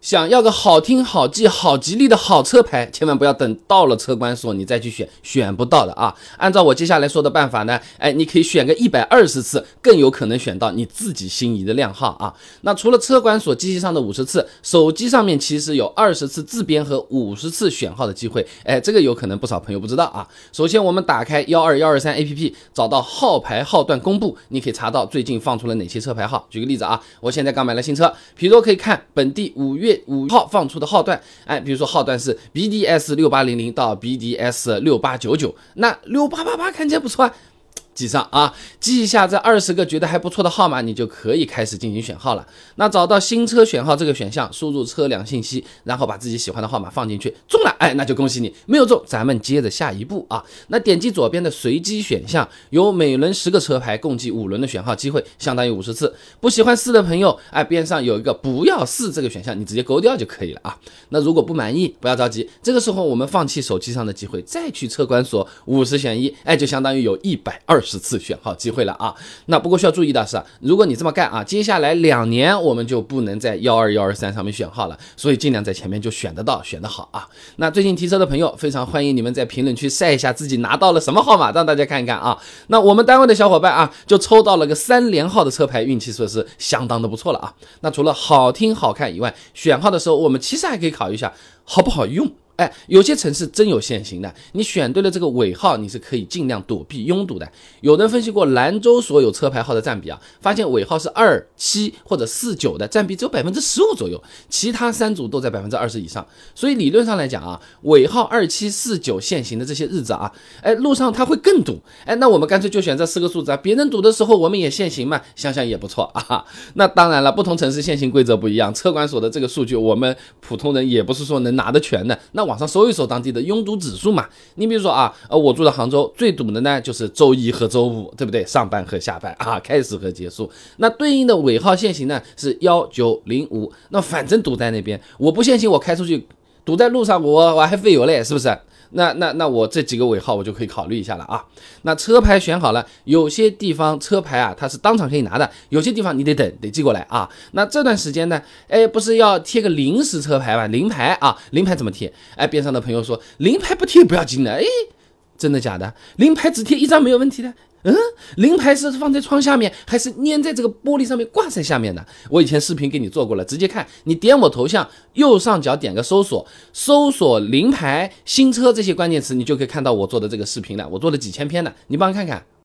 想要个好听好记好吉利的好车牌，千万不要等到了车管所你再去选，选不到的啊。按照我接下来说的办法呢，你可以选个120次，更有可能选到你自己心仪的靓号啊。那除了车管所机器上的50次，手机上面其实有20次自编和50次选号的机会，这个有可能不少朋友不知道啊。首先我们打开12123 APP， 找到号牌号段公布，你可以查到最近放出了哪些车牌号。举个例子啊，我现在刚买了新车，比如可以看本地5月5号放出的号段，比如说号段是 BDS 6800到 BDS 6899，那6888看起来不错啊，记上啊，记一下这20个觉得还不错的号码，你就可以开始进行选号了。那找到新车选号这个选项，输入车辆信息，然后把自己喜欢的号码放进去，中了，那就恭喜你；没有中，咱们接着下一步啊。那点击左边的随机选项，有每轮10个车牌，共计5轮的选号机会，相当于50次。不喜欢4的朋友，边上有一个不要4这个选项，你直接勾掉就可以了啊。那如果不满意，不要着急，这个时候我们放弃手机上的机会，再去车管所50选1，就相当于有120次选号机会了啊。那不过需要注意的是，如果你这么干啊，接下来2年我们就不能在12123上面选号了，所以尽量在前面就选得到，选得好啊。那最近提车的朋友，非常欢迎你们在评论区晒一下自己拿到了什么号码，让大家看一看啊。那我们单位的小伙伴啊，就抽到了个3连号的车牌，运气说是相当的不错了啊。那除了好听好看以外，选号的时候我们其实还可以考虑一下好不好用。有些城市真有限行的，你选对了这个尾号，你是可以尽量躲避拥堵的。有人分析过兰州所有车牌号的占比啊，发现尾号是27或者49的占比只有15%左右，其他3组都在20%以上。所以理论上来讲啊，尾号27、49限行的这些日子啊，路上它会更堵。那我们干脆就选这4个数字啊，别人堵的时候我们也限行嘛，想想也不错啊。那当然了，不同城市限行规则不一样，车管所的这个数据我们普通人也不是说能拿得全的。那网上搜一搜当地的拥堵指数嘛，你比如说啊，我住的杭州，最堵的呢就是周一和周五，对不对？上班和下班啊，开始和结束。那对应的尾号限行呢是1905，那反正堵在那边，我不限行，我开出去堵在路上，我还费油嘞，是不是？那我这几个尾号我就可以考虑一下了啊。那车牌选好了，有些地方车牌啊它是当场可以拿的，有些地方你得等，得寄过来啊。那这段时间呢，不是要贴个临时车牌吧？临牌啊，临牌怎么贴？边上的朋友说临牌不贴不要紧的，真的假的？临牌只贴1张没有问题的？临牌是放在窗下面，还是粘在这个玻璃上面挂在下面的？我以前视频给你做过了，直接看，你点我头像右上角点个搜索，搜索临牌新车这些关键词，你就可以看到我做的这个视频了，我做了几千篇了，你帮我看看。